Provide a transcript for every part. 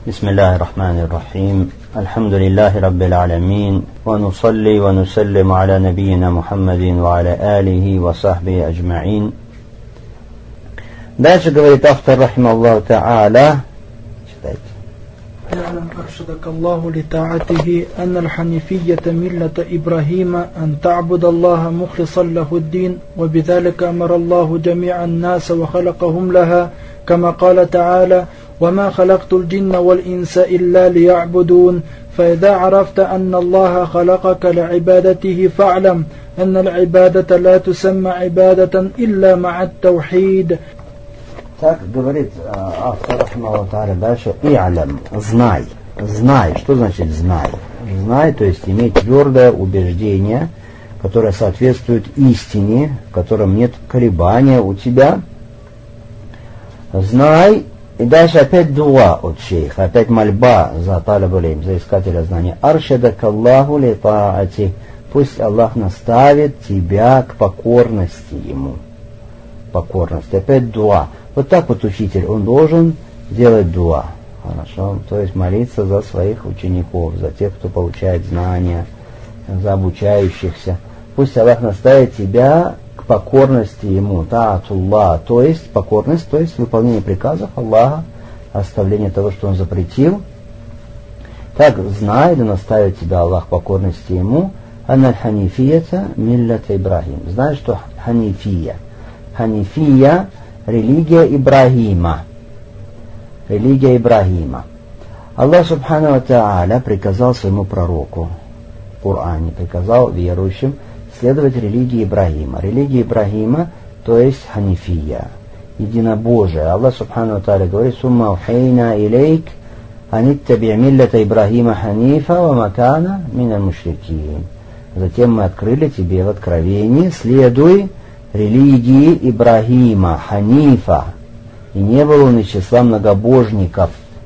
بسم الله الرحمن الرحيم الحمد لله رب العالمين ونصلي ونسلم على نبينا محمد وعلى آله وصحبه أجمعين. Дальше говорит автор рахимахуллаху та'аля. Читайте. اعلم أرشدك الله لطاعته أن الحنيفية ملة إبراهيم أن تعبد الله مخلصا له الدين، وبذلك أمر الله جميع الناس وخلقهم لها، كما قال تعالى: وما خلقت الجن والإنس إلا ليعبدون. فإذا عرفت أن الله خلقك لعبادته فاعلم أن العبادة لا تسمى عبادة إلا مع التوحيد. Так говорит автор рахимахуллаху та'аля дальше: «И'алям», знай. Знай. Что значит знай? Знай, то есть иметь твердое убеждение, которое соответствует истине, в котором нет колебания у тебя. Знай. И дальше опять дуа от шейха, опять мольба за талабулейм, за искателя знания. Аршадак Аллаху ли таати. Пусть Аллах наставит тебя к покорности ему. Покорность. Опять дуа. Вот так вот учитель, он должен делать дуа. Хорошо? То есть молиться за своих учеников, за тех, кто получает знания, за обучающихся. Пусть Аллах наставит тебя к покорности ему. Таатуллах, то есть покорность, то есть выполнение приказов Аллаха, оставление того, что он запретил. Так знай, да наставит тебя Аллах к покорности ему. Анна ханифията миллята Ибрахим. Знаешь, что ханифия? Ханифия — религия Ибрахима. Религия Ибрахима. Аллах субхану ва та'аля приказал своему пророку в Коране, приказал верующим следовать религии Ибрахима. Религия Ибрахима, то есть ханифия, единобожие. Аллах субхану ва та'аля говорит: «Сумма ухейна илейк аниттаби' миллята Ибрахима ханифа ва макана миналь мушрикин». Затем мы открыли тебе в откровении: следуй религии Ибрахима, ханифа, и не был он из числа многобожников.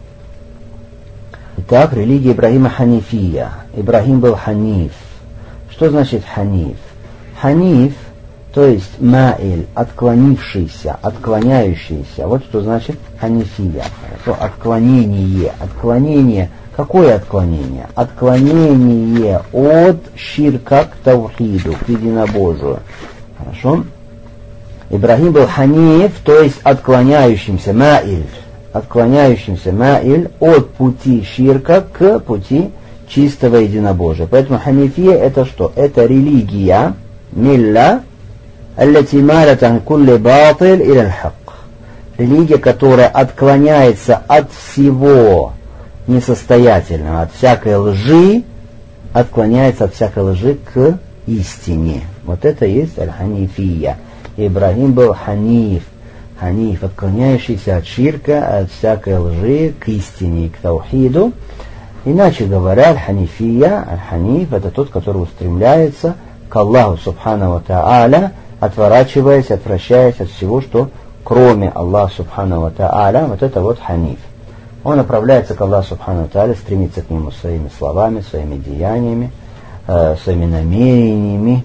Итак, религия Ибрахима ханифия. Ибрахим был ханиф. Что значит ханиф? Ханиф, то есть маиль, отклонившийся, отклоняющийся. Вот что значит ханифия. Хорошо? Отклонение. Отклонение. Какое отклонение? Отклонение от ширка к таухиду, к единобожию. Хорошо? Ибрахим был ханиф, то есть отклоняющимся маиль от пути ширка к пути чистого единобожия. Поэтому ханифия — это что? Это религия, милля, аллати малят ан кулли батил иля аль-хак. Религия, которая отклоняется от всего несостоятельного, от всякой лжи, отклоняется от всякой лжи к истине. Вот это есть аль-ханифия. Ибрахим был ханиф, отклоняющийся от ширка, от всякой лжи к истине, к таухиду. Иначе говоря, аль-ханиф — это тот, который устремляется к Аллаху субхану ва та'аля, отворачиваясь, отвращаясь от всего, что кроме Аллаха субхану ва та'аля. Вот это вот ханиф. Он направляется к Аллаху субхану ва та'аля, стремится к нему своими словами, своими деяниями, своими намерениями.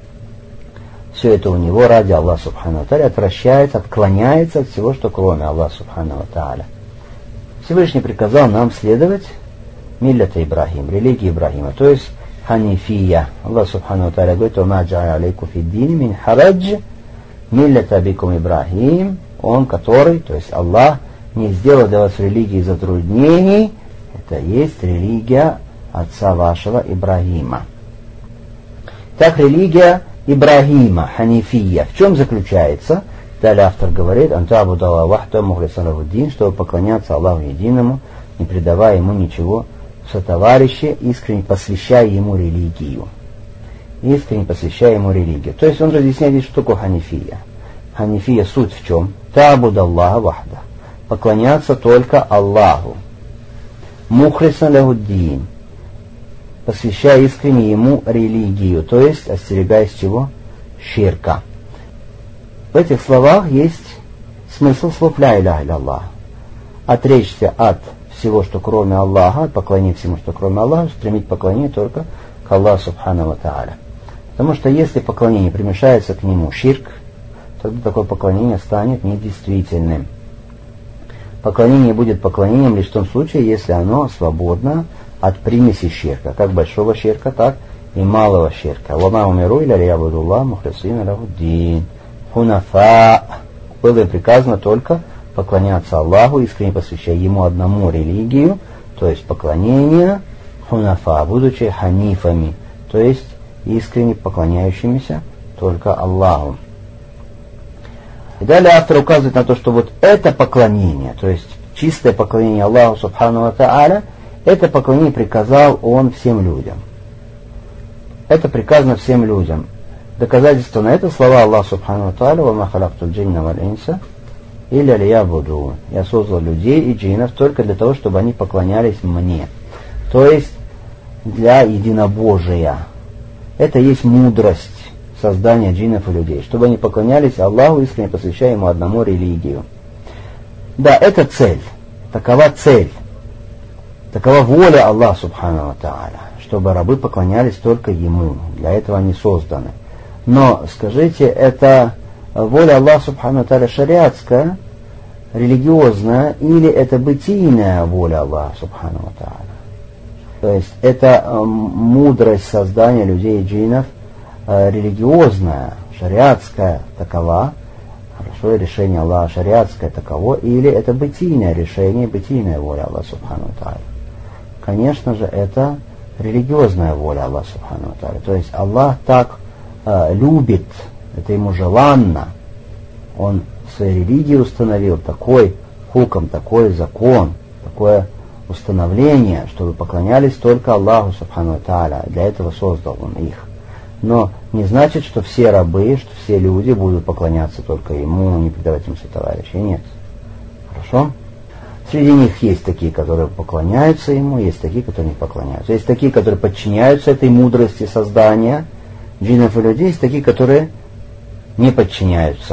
Все это у него ради Аллаха субхану ва та'аля, отвращается, отклоняется от всего, что кроме Аллаха субхану ва та'аля. Всевышний приказал нам следовать миллята Ибрахим, религии Ибрахима, то есть ханифия. Аллах субхану ва та'аля говорит: «Ва ма джа'аля алейкум фид-дини мин харадж миллята абикум Ибрахим». Он, который, то есть Аллах, не сделал для вас в религии затруднений. Это есть религия отца вашего Ибрахима. Так, религия Ибрахима, ханифия, в чем заключается? Далее автор говорит: «Антабуд Аллах вахда мухлисан лаху дин», чтобы поклоняться Аллаху единому, не предавая ему ничего в сотоварище, искренне посвящая ему религию. Искренне посвящая ему религию. То есть он разъясняет, что такое ханифия. Ханифия суть в чем? Табуд Аллаха вахда. Поклоняться только Аллаху. Мухлисан лаху дин. Посвящая искренне ему религию, то есть остерегаясь чего? Ширка. В этих словах есть смысл слов ля иляха илля-Аллах. Отречься от всего, что кроме Аллаха, поклониться всему, что кроме Аллаха, стремить поклонение только к Аллаху субхану ва та'аля. Потому что если поклонение примешается к нему ширк, тогда такое поклонение станет недействительным. Поклонение будет поклонением лишь в том случае, если оно свободно от примеси ширка, как большого ширка, так и малого ширка. «Вама умиру иля лиябудуллах мухлисина лахуддин». «Хунафа». Было им приказано только поклоняться Аллаху, искренне посвящая Ему одному религию, то есть поклонение, хунафа, будучи ханифами, то есть искренне поклоняющимися только Аллаху. И далее автор указывает на то, что вот это поклонение, то есть чистое поклонение Аллаху Субхану ва Тааля, это поклонение приказал Он всем людям. Это приказано всем людям. Доказательство на это слова Аллаха Субхану ва Тааля: «Ва ма халактул джинна валь инса илля лиябудун». Я создал людей и джиннов только для того, чтобы они поклонялись мне. То есть для единобожия. Это есть мудрость создания джиннов и людей, чтобы они поклонялись Аллаху, искренне посвящая Ему одному религию. Да, это цель. Такова цель. Такова воля Аллаха Субхану ва Тааля, чтобы рабы поклонялись только Ему. Для этого они созданы. Но, скажите, это воля Аллаха Субхану ва Тааля шариатская, религиозная, или это бытийная воля Аллаха Субхану ва Тааля? То есть это мудрость создания людей и джиннов религиозная, шариатская такова, хорошо, решение Аллаха шариатское таково, или это бытийное решение, бытийная воля Аллаха Субхану ва Тааля? Конечно же, это религиозная воля Аллаха Субхану ва Тааля. То есть Аллах так любит, это Ему желанно, Он в своей религии установил такой хукм, такой закон, такое установление, чтобы поклонялись только Аллаху Субхану ва Тааля. Для этого создал Он их. Но не значит, что все рабы, что все люди будут поклоняться только Ему, не предавать Ему сотоварищей. Нет. Хорошо? Среди них есть такие, которые поклоняются Ему, есть такие, которые не поклоняются. Есть такие, которые подчиняются этой мудрости создания джиннов и людей, есть такие, которые не подчиняются.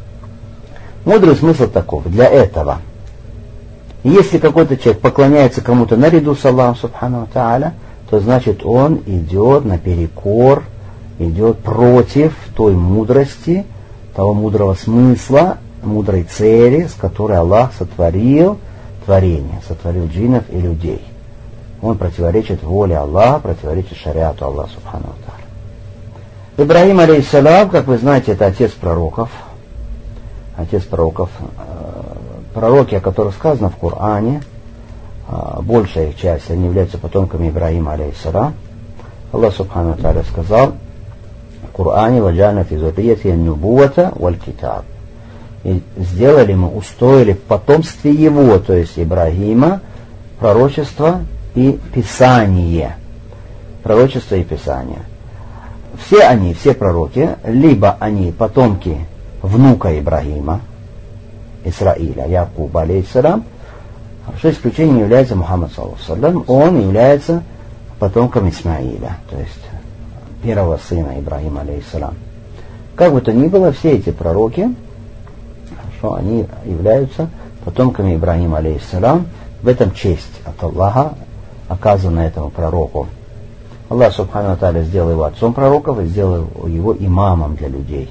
Мудрый смысл таков: для этого. Если какой-то человек поклоняется кому-то наряду с Аллахом Субхану ва Тааля, то значит он идет наперекор, идет против той мудрости, того мудрого смысла, мудрой цели, с которой Аллах сотворил творение, сотворил джиннов и людей. Он противоречит воле Аллаха, противоречит шариату Аллаха Субхану ва Тааля. Ибрахим, алейхиссалям, как вы знаете, это отец пророков. Отец пророков. Пророки, о которых сказано в Коране, большая их часть, они являются потомками Ибрахима, алейхиссалям. Аллах Субхану ва Тааля сказал в Коране: «Ваджана фи зуррияти ан-нубувата валь китаб». И сделали мы, устроили в потомстве его, то есть Ибрахима, пророчество и писание. Пророчество и писание. Все они, все пророки, либо они потомки внука Ибрахима, Исраиля, Якуба, алейхиссалям, что исключением является Мухаммад, саллаллаху. Он является потомком Исмаиля, то есть первого сына Ибрахима, алейхиссалям. Как бы то ни было, все эти пророки, что они являются потомками Ибрахима, алейхиссалям. В этом честь от Аллаха оказана этому пророку. Аллах Субхану ва Тааля сделал его отцом пророков и сделал его имамом для людей.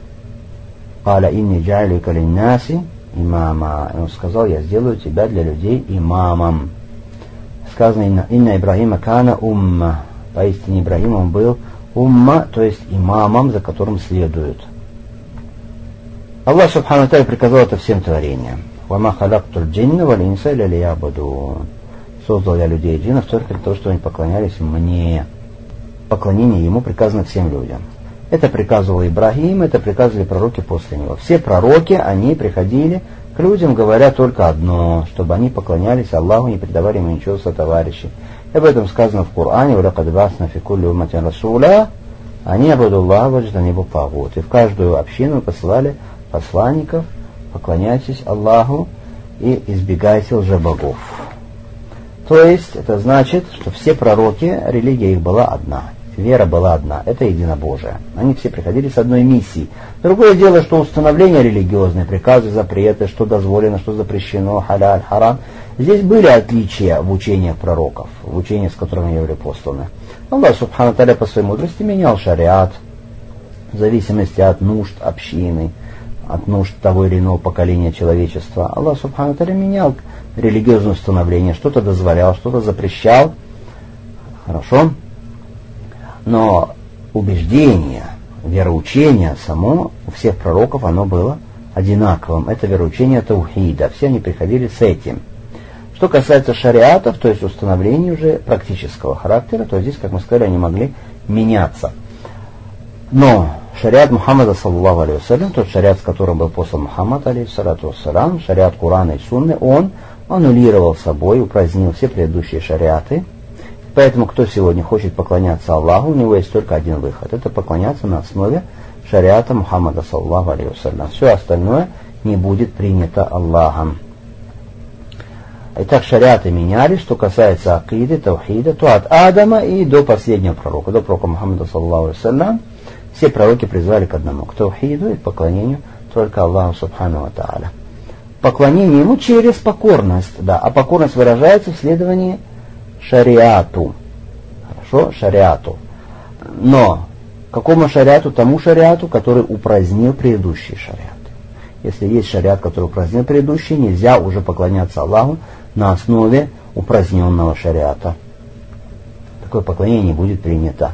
«Каля инни джайлика линнаси имама». Он сказал: я сделаю тебя для людей имамом. Сказано: инна Ибрахима кана умма. Поистине Ибрахим он был умма, то есть имамом, за которым следуют. Аллах Субхану ва Тааля приказал это всем творениям. «Вама халактуль джинна валь инса илля лиябудун». Создал я людей и джиннов только для того, чтобы они поклонялись мне. Поклонение Ему приказано всем людям. Это приказывал Ибрахим, это приказывали пророки после него. Все пророки, они приходили к людям, говоря только одно: чтобы они поклонялись Аллаху, не предавали Ему ничего сотоварищей. И об этом сказано в Коране: «Валякад басна фи кулли умматин расуля, они абудуллаха ваджтанибу тагут». И в каждую общину посылали посланников: поклоняйтесь Аллаху и избегайте лжебогов. То есть это значит, что все пророки, религия их была одна, вера была одна, это единобожие. Они все приходили с одной миссией. Другое дело, что установления религиозные, приказы, запреты, что дозволено, что запрещено, халяль, харам. Здесь были отличия в учениях пророков, в учениях, с которыми они были посланы. Аллах Субхану ва Тааля по своей мудрости менял шариат в зависимости от нужд общины, от нужд того или иного поколения человечества. Аллах Субхану ва Тааля менял религиозное установление, что-то дозволял, что-то запрещал. Хорошо? Но убеждение, вероучение само у всех пророков оно было одинаковым. Это вероучение таухида. Все они приходили с этим. Что касается шариатов, то есть установлений уже практического характера, то здесь, как мы сказали, они могли меняться. Но шариат Мухаммада, саллаллаху алейхи вассалям, тот шариат, с которым был послан Мухаммад, алейхиссалату вассалям, шариат Курана и Сунны, он аннулировал собой, упразднил все предыдущие шариаты. Поэтому, кто сегодня хочет поклоняться Аллаху, у него есть только один выход. Это поклоняться на основе шариата Мухаммада, саллаллаху алейхи вассалям. Все остальное не будет принято Аллахом. Итак, шариаты менялись. Что касается акиды, таухида, то от Адама и до последнего пророка, до пророка Мухаммада, саллаллаху алейхи вассалям, все пророки призвали к одному, к таухиду и поклонению только Аллаху субхану ва тааля. Поклонение ему через покорность, да, а покорность выражается в следовании шариату. Хорошо, шариату. Но какому шариату? Тому шариату, который упразднил предыдущий шариат. Если есть шариат, который упразднил предыдущий, нельзя уже поклоняться Аллаху на основе упраздненного шариата. Такое поклонение не будет принято.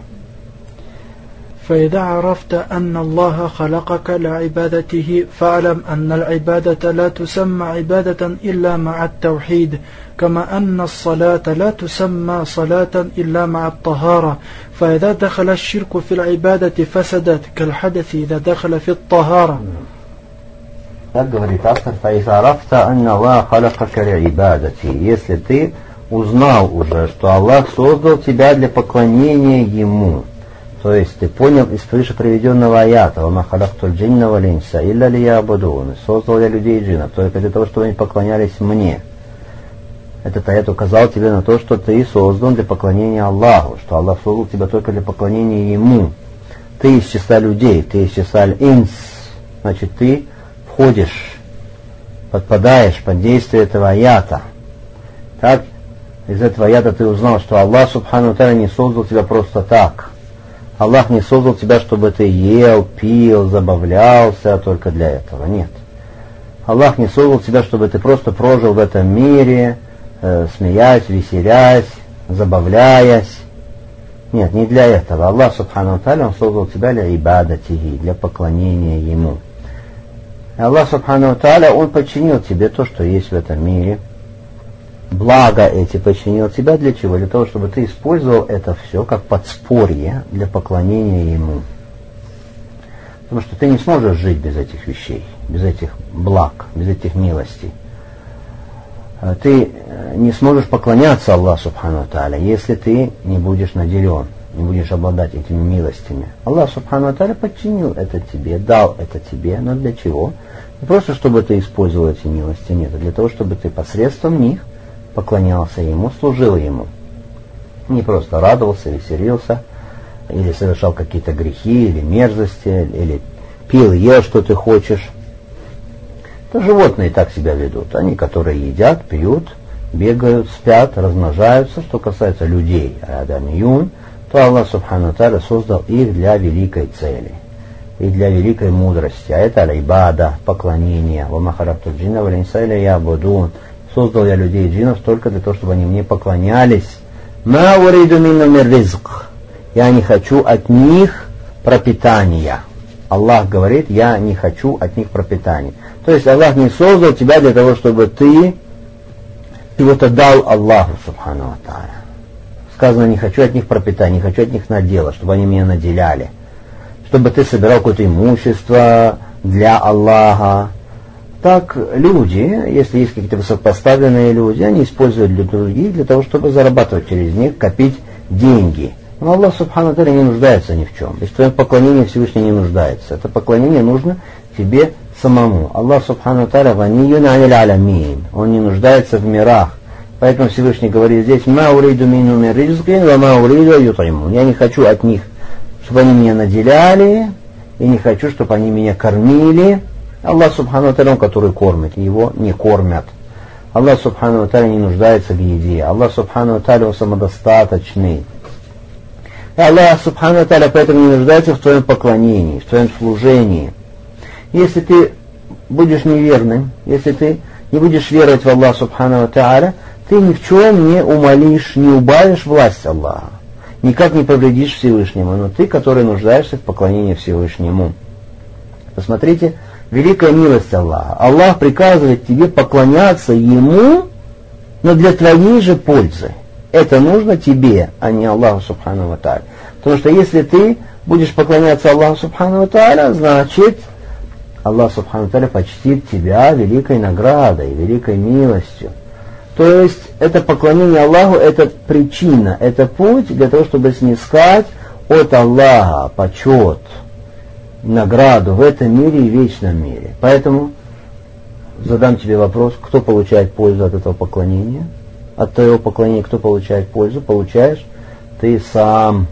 فإذا عرفت أن الله خلقك لعبادته فاعلم أن العبادة لا تسمى عبادة إلا مع التوحيد كما أن الصلاة لا تسمى صلاة إلا مع الطهارة فإذا دخل الشرك في العبادة فسدت كالحدث إذا دخل في الطهارة. Так говорит автор, فإذا عرفت أن الله خلقك لعبادته. Если ты узнал уже, что Аллах создал тебя для поклонения Ему, то есть ты понял из выше приведенного аята, «Вама халактуль джинна валь инса илля лиябудун», создал я людей и джиннов только для того, чтобы они поклонялись мне. Этот аят указал тебе на то, что ты создан для поклонения Аллаху, что Аллах создал тебя только для поклонения Ему. Ты из числа людей, ты из числа инс, значит ты входишь, подпадаешь под действие этого аята. Так, из этого аята ты узнал, что Аллах субхану ва тааля не создал тебя просто так. Аллах не создал тебя, чтобы ты ел, пил, забавлялся только для этого. Нет. Аллах не создал тебя, чтобы ты просто прожил в этом мире, смеясь, веселясь, забавляясь. Нет, не для этого. Аллах субхану ва тааля, Он создал тебя для ибадатихи, для поклонения Ему. И Аллах субхану ва тааля, Он подчинил тебе то, что есть в этом мире. Благо эти подчинил тебя для чего? Для того, чтобы ты использовал это все как подспорье для поклонения Ему. Потому что ты не сможешь жить без этих вещей, без этих благ, без этих милостей. Ты не сможешь поклоняться Аллаху субхану ва тааля, если ты не будешь наделен, не будешь обладать этими милостями. Аллах субхану ва тааля подчинил это тебе, дал это тебе, но для чего? Не просто чтобы ты использовал эти милости, нет, а для того, чтобы ты посредством них поклонялся Ему, служил Ему. Не просто радовался, веселился, или совершал какие-то грехи, или мерзости, или пил, ел, что ты хочешь. Это животные так себя ведут. Они, которые едят, пьют, бегают, спят, размножаются. Что касается людей, адамиюн, то Аллах субхану ва тааля создал их для великой цели и для великой мудрости. А это аль-ибада, поклонение. «Вама халактуль джинна валь инса илля лиябудун». Создал я людей и джиннов только для того, чтобы они мне поклонялись. «Ма уриду миннум мин ризк». Я не хочу от них пропитания. Аллах говорит, я не хочу от них пропитания. То есть Аллах не создал тебя для того, чтобы ты чего-то дал Аллаху субхану ва тааля. Сказано, не хочу от них пропитания, не хочу от них надела, чтобы они меня наделяли. Чтобы ты собирал какое-то имущество для Аллаха. Так люди, если есть какие-то высокопоставленные люди, они используют для других, для того, чтобы зарабатывать через них, копить деньги. Но Аллах субхану ва тааля не нуждается ни в чем. И в твоем поклонении Всевышний не нуждается. Это поклонение нужно тебе самому. Аллах субхану ва тааля ванийюн анил алямин. Он не нуждается в мирах. Поэтому Всевышний говорит здесь: «Ма уриду миннум мин ризкин, ва ма уриду ют'имун». Я не хочу от них, чтобы они меня наделяли, и не хочу, чтобы они меня кормили. Аллах субхану ва тааля, Он, который кормит, его не кормят. Аллах субхану ва тааля не нуждается в еде. Аллах субхану ва тааля, Он самодостаточный. И Аллах субхану ва тааля поэтому не нуждается в твоем поклонении, в твоем служении. Если ты будешь неверным, если ты не будешь веровать в Аллаха Субхану ва Тааля, ты ни в чем не умалишь, не убавишь власть Аллаха, никак не повредишь Всевышнему, но ты, который нуждаешься в поклонении Всевышнему. Посмотрите, великая милость Аллаха. Аллах приказывает тебе поклоняться Ему, но для твоей же пользы. Это нужно тебе, а не Аллаху Субхану ва Тааля. Потому что если ты будешь поклоняться Аллаху Субхану ва Тааля, значит, Аллах Субхану ва Тааля почтит тебя великой наградой, великой милостью. То есть, это поклонение Аллаху, это причина, это путь для того, чтобы снискать от Аллаха почет, награду в этом мире и вечном мире. Поэтому задам тебе вопрос, кто получает пользу от этого поклонения? От твоего поклонения кто получает пользу? Получаешь ты сам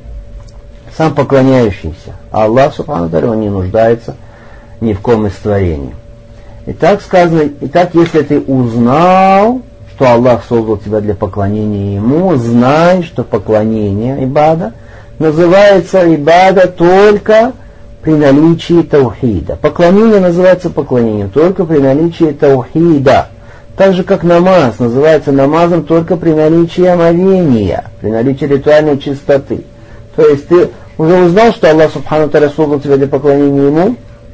поклоняющийся. А Аллах Субхану ва Тааля, он не нуждается ни в ком из творений. Итак, сказано, если ты узнал, что Аллах создал тебя для поклонения Ему, знай, что поклонение, ибада, называется ибада только при наличии таухида. Поклонение называется поклонением только при наличии таухида. Так же, как намаз называется намазом только при наличии омовения, при наличии ритуальной чистоты. То есть ты уже узнал, что Аллах Субхану ва Тааля создал тебя для поклонения Ему,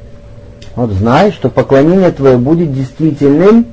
вот знай, что поклонение твое будет действительным,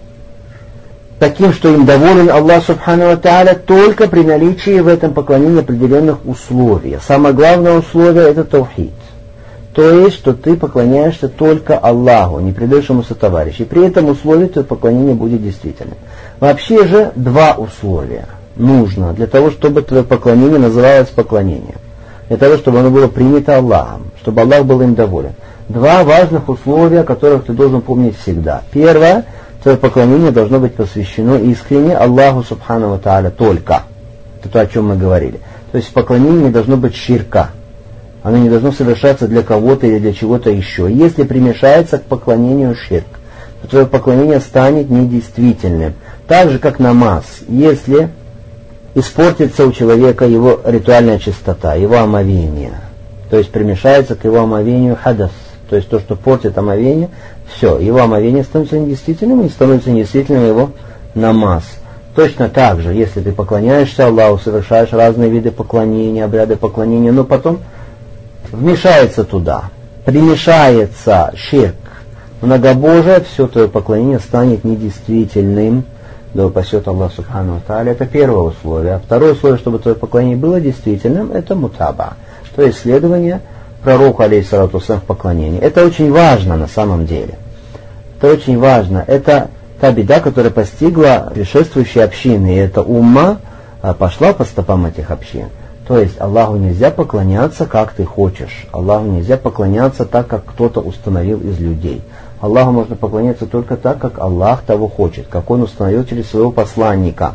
таким, что им доволен Аллах Субхану ва Тааля только при наличии в этом поклонении определенных условий. Самое главное условие — это таухид. То есть, что ты поклоняешься только Аллаху, не предаешь ему сотоварища. И при этом условии твое поклонение будет действительным. Вообще же два условия нужно для того, чтобы твое поклонение называлось поклонением. Для того, чтобы оно было принято Аллахом, чтобы Аллах был им доволен. Два важных условия, которых ты должен помнить всегда. Первое, твое поклонение должно быть посвящено искренне Аллаху Субхану ва Тааля только. Это то, о чем мы говорили. То есть поклонение не должно быть ширка. Оно не должно совершаться для кого-то или для чего-то еще. Если примешается к поклонению ширк, то твое поклонение станет недействительным. Так же, как намаз. Если испортится у человека его ритуальная чистота, его омовение, то есть примешается к его омовению хадас, то есть то, что портит омовение, все, его омовение становится недействительным, и становится недействительным его намаз. Точно так же, если ты поклоняешься Аллаху, совершаешь разные виды поклонения, обряды поклонения, но потом вмешается туда, примешается ширк, многобожие, все твое поклонение станет недействительным, да упасет Аллах Субхану ва Тааля. Это первое условие. А второе условие, чтобы твое поклонение было действительным, это мутаба, то есть следование пророку, алейхиссалату вассалям, в поклонении. Это очень важно на самом деле. Это очень важно. Это та беда, которая постигла предшествующие общины, и эта умма пошла по стопам этих общин. То есть Аллаху нельзя поклоняться, как ты хочешь. Аллаху нельзя поклоняться так, как кто-то установил из людей. Аллаху можно поклоняться только так, как Аллах того хочет, как Он установил через своего посланника.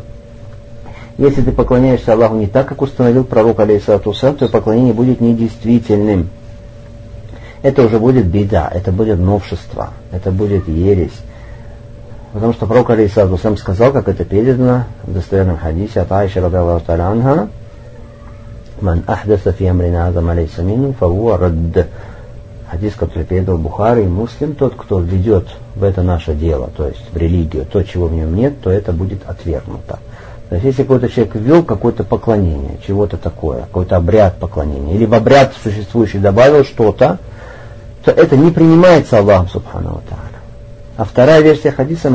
Если ты поклоняешься Аллаху не так, как установил пророк, алейхиссалату вассалям, то поклонение будет недействительным. Это уже будет беда, это будет новшество, это будет ересь. Потому что пророк, алейхиссалату вассалям, сказал, как это передано в достоверном хадисе от Аиши радиаллаху та'аля анха: «Ман ахдаса фи амрина аза ма лейса минху фахуа радд». Хадис, который передал Бухари и Муслим: тот, кто введет в это наше дело, то есть в религию, то, чего в нем нет, то это будет отвергнуто. То есть, если какой-то человек ввел какое-то поклонение, чего-то такое, какой-то обряд поклонения, или в обряд существующий добавил что-то, то это не принимается Аллахом Субхану ва Тааля. А вторая версия хадиса: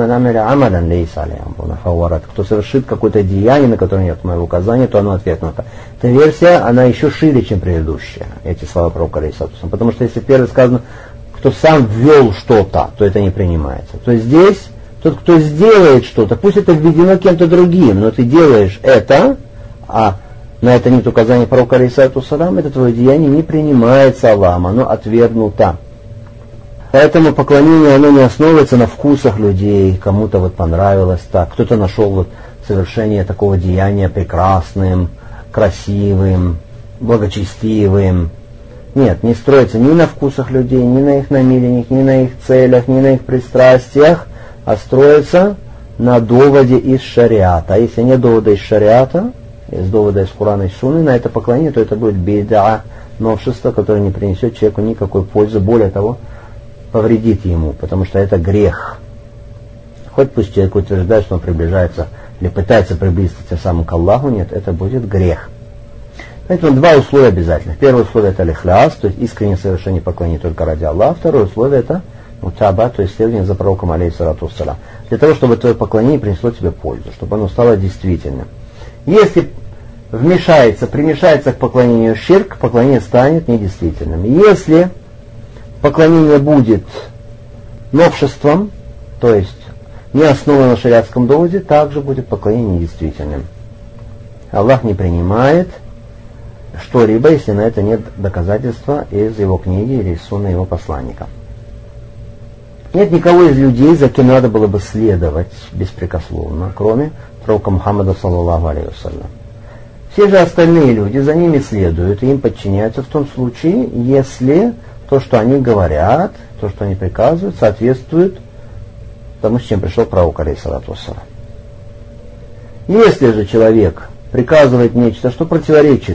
кто совершит какое-то деяние, на которое нет моего указания, то оно отвергнуто. Эта версия, она еще шире, чем предыдущая, эти слова пророка, алейхиссалату вассалям. Потому что если первое сказано, кто сам ввел что-то, то это не принимается. То есть здесь тот, кто сделает что-то, пусть это введено кем-то другим, но ты делаешь это, а на это нет указания пророка, алейхиссалату вассалям, это твое деяние не принимается Аллахом, оно отвергнуто. Поэтому поклонение, оно не основывается на вкусах людей, кому-то вот понравилось так, кто-то нашел вот совершение такого деяния прекрасным, красивым, благочестивым. Нет, не строится ни на вкусах людей, ни на их намерениях, ни на их целях, ни на их пристрастиях, а строится на доводе из шариата. А если нет довода из шариата, из довода из Курана и Сунны на это поклонение, то это будет бид'a, новшество, которое не принесет человеку никакой пользы. Более того, повредит ему, потому что это грех. Хоть пусть человек утверждает, что он приближается или пытается приблизиться тем самым к Аллаху, нет, это будет грех. Поэтому два условия обязательно. Первое условие это лихляс, то есть искреннее совершение поклонения только ради Аллаха. Второе условие это мутаба, то есть следование за пророком алейхиссалату вассалям. Для того, чтобы твое поклонение принесло тебе пользу, чтобы оно стало действительным. Если примешается к поклонению ширк, поклонение станет недействительным. Если поклонение будет новшеством, то есть не основано на шариатском доводе, также будет поклонение недействительным. Аллах не принимает что-либо, если на это нет доказательства из его книги или из сунны его посланника. Нет никого из людей, за кем надо было бы следовать беспрекословно, кроме пророка Мухаммада саллаллаху алейхи вассалям. Все же остальные люди за ними следуют и им подчиняются в том случае, если то, что они говорят, то, что они приказывают, соответствует тому, с чем пришел пророк алейхиссалату вассалям. Если же человек приказывает нечто, что противоречит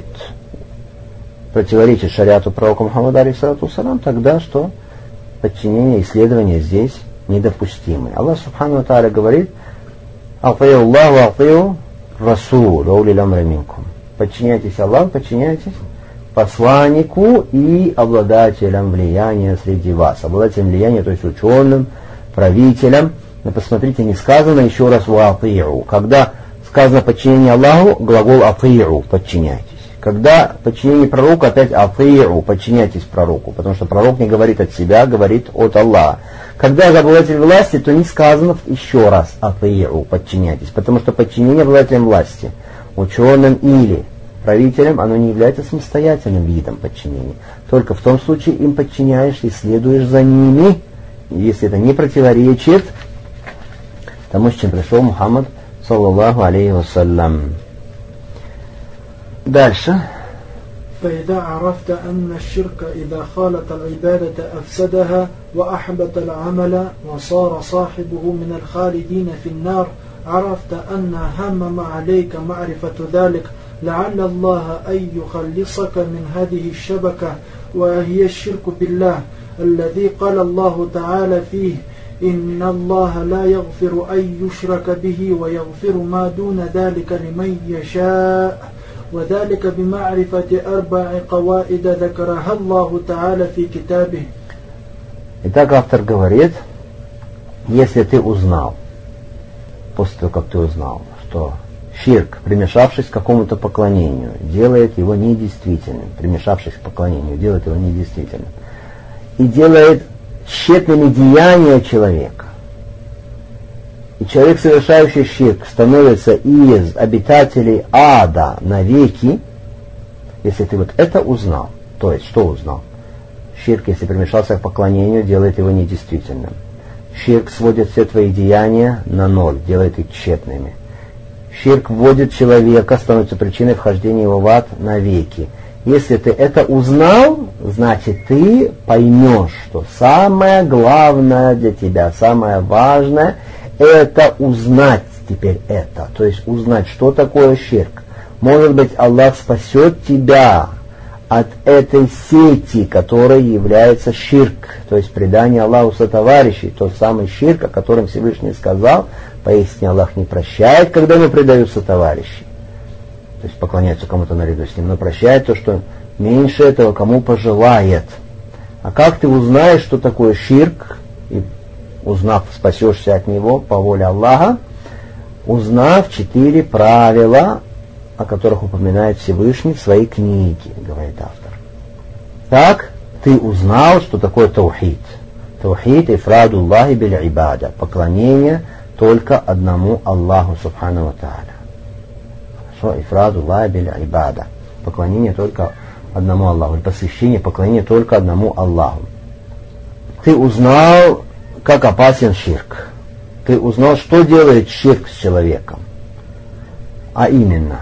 шариату пророка Мухаммада алейхиссалату вассалям, тогда что подчинение и исследование здесь недопустимы. Аллах субхану ва тааля говорит: «Атию Аллаху, атию Расул, улил амри минкум». Подчиняйтесь Аллаху, подчиняйтесь посланнику и обладателям влияния среди вас. Обладателем влияния, то есть ученым, правителям. Но посмотрите, не сказано еще раз «ваати'у». Когда сказано подчинение Аллаху, глагол «ати'у» – подчиняйтесь. Когда подчинение пророку, опять «ати'у» – подчиняйтесь пророку, потому что пророк не говорит от себя, говорит от Аллаха. Когда же обладатель власти, то не сказано еще раз «ати'у» – подчиняйтесь, потому что подчинение обладателям власти, ученым или правителям, оно не является самостоятельным видом подчинения. Только в том случае им подчиняешься и следуешь за ними, если это не противоречит тому, с чем пришел Мухаммад саллаллаху алейхи вассалям. Дальше. فإذا عرفت أن الشرك إذا خالط العبادة أفسدها وأحبط العمل وصار صاحبه من الخالدين في النار عرفت أن هم عليك معرفة ذلك لعل الله أن يخلصك من هذه الشبكة وهي الشرك بالله الذي قال الله تعالى فيه إن الله لا يغفر أن يشرك به ويغفر ما دون ذلك لمن يشاء وذلك بمعرفة 4 قواعد ذكرها الله تعالى في كتابه. Итак, автор говорит, если ты узнал, после того, как ты узнал, что ширк, примешавшись к какому-то поклонению, делает его недействительным, примешавшись к поклонению, делает его недействительным, и делает тщетными деяния человека, и человек, совершающий ширк, становится из обитателей ада навеки, если ты вот это узнал, то есть что узнал? Ширк, если примешался к поклонению, делает его недействительным. Ширк сводит все твои деяния на ноль, делает их тщетными. Ширк вводит человека, становится причиной вхождения его в ад навеки. Если ты это узнал, значит ты поймешь, что самое главное для тебя, самое важное – это узнать теперь это. То есть узнать, что такое ширк. Может быть, Аллах спасет тебя от этой сети, которая является ширк, то есть предание Аллаху сотоварищей, тот самый ширк, о котором Всевышний сказал, поистине Аллах не прощает, когда ему предают сотоварищей, то есть поклоняются кому-то наряду с ним, но прощает то, что меньше этого кому пожелает. А как ты узнаешь, что такое ширк, и узнав, спасешься от него по воле Аллаха, узнав 4 правила, о которых упоминает Всевышний в своей книге, говорит автор. Так, ты узнал, что такое таухид. Таухид ифраду Аллахи биль ибада. Поклонение только одному Аллаху субхану ва тааля. Хорошо, ифраду Аллахи биль ибада. Поклонение только одному Аллаху. Или посвящение, поклонение только одному Аллаху. Ты узнал, как опасен ширк. Ты узнал, что делает ширк с человеком. А именно,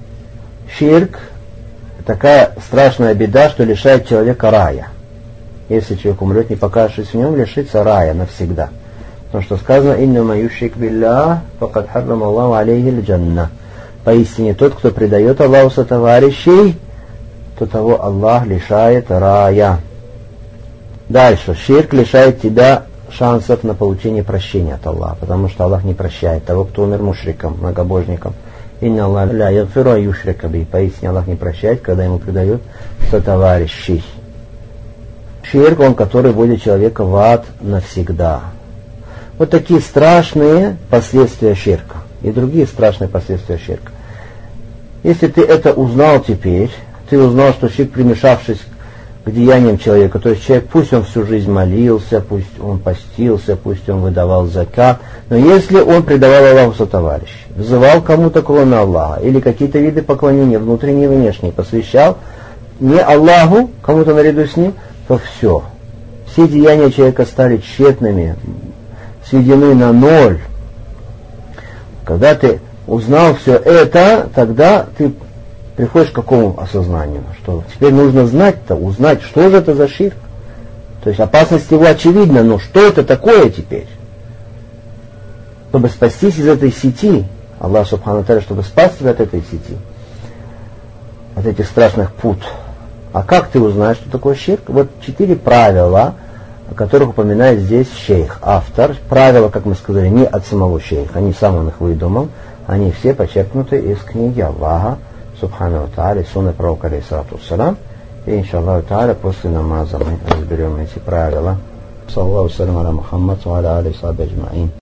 ширк – такая страшная беда, что лишает человека рая. Если человек умрет, не покажешься в нем, лишится рая навсегда. Потому что сказано «Иннама юшрик биллях, факад харрама Аллаху алейхи аль-джанна». Поистине тот, кто предает Аллаху сотоварищей, то того Аллах лишает рая. Дальше. Ширк лишает тебя шансов на получение прощения от Аллаха, потому что Аллах не прощает того, кто умер мушриком, многобожником. Инна Аллах ля ягфиру аюшрика би. Поистине Аллах не прощает, когда ему предают сотоварищей. Ширк, он который вводит человека в ад навсегда. Вот такие страшные последствия ширка. И другие страшные последствия ширка. Если ты это узнал теперь, ты узнал, что ширк, примешавшись к деяниям человека, то есть человек, пусть он всю жизнь молился, пусть он постился, пусть он выдавал закат, но если он предавал Аллаху сотоварищей, взывал кому-то кроме Аллаха, или какие-то виды поклонения, внутренние и внешние, посвящал не Аллаху, кому-то наряду с ним, то все. Все деяния человека стали тщетными, сведены на ноль. Когда ты узнал все это, тогда ты приходишь к какому осознанию, что теперь нужно знать-то, узнать, что же это за ширк. То есть опасность его очевидна, но что это такое теперь? Чтобы спастись из этой сети, Аллах Субхану Тааля, чтобы спасти тебя от этой сети, от этих страшных пут. А как ты узнаешь, что такое ширк? Вот 4 правила, о которых упоминает здесь шейх, автор. Правила, как мы сказали, не от самого шейха, не сам он их выдумал, они все подчеркнуты из книги Аллаха Субхану Тааля, сунны пророка алейхиссалату вассалям. И иншаллаху Тааля после намаза мы разберем эти правила. Саллаллаху салям аля Мухаммад ва аля алейхи ва сахбихи аджмаин.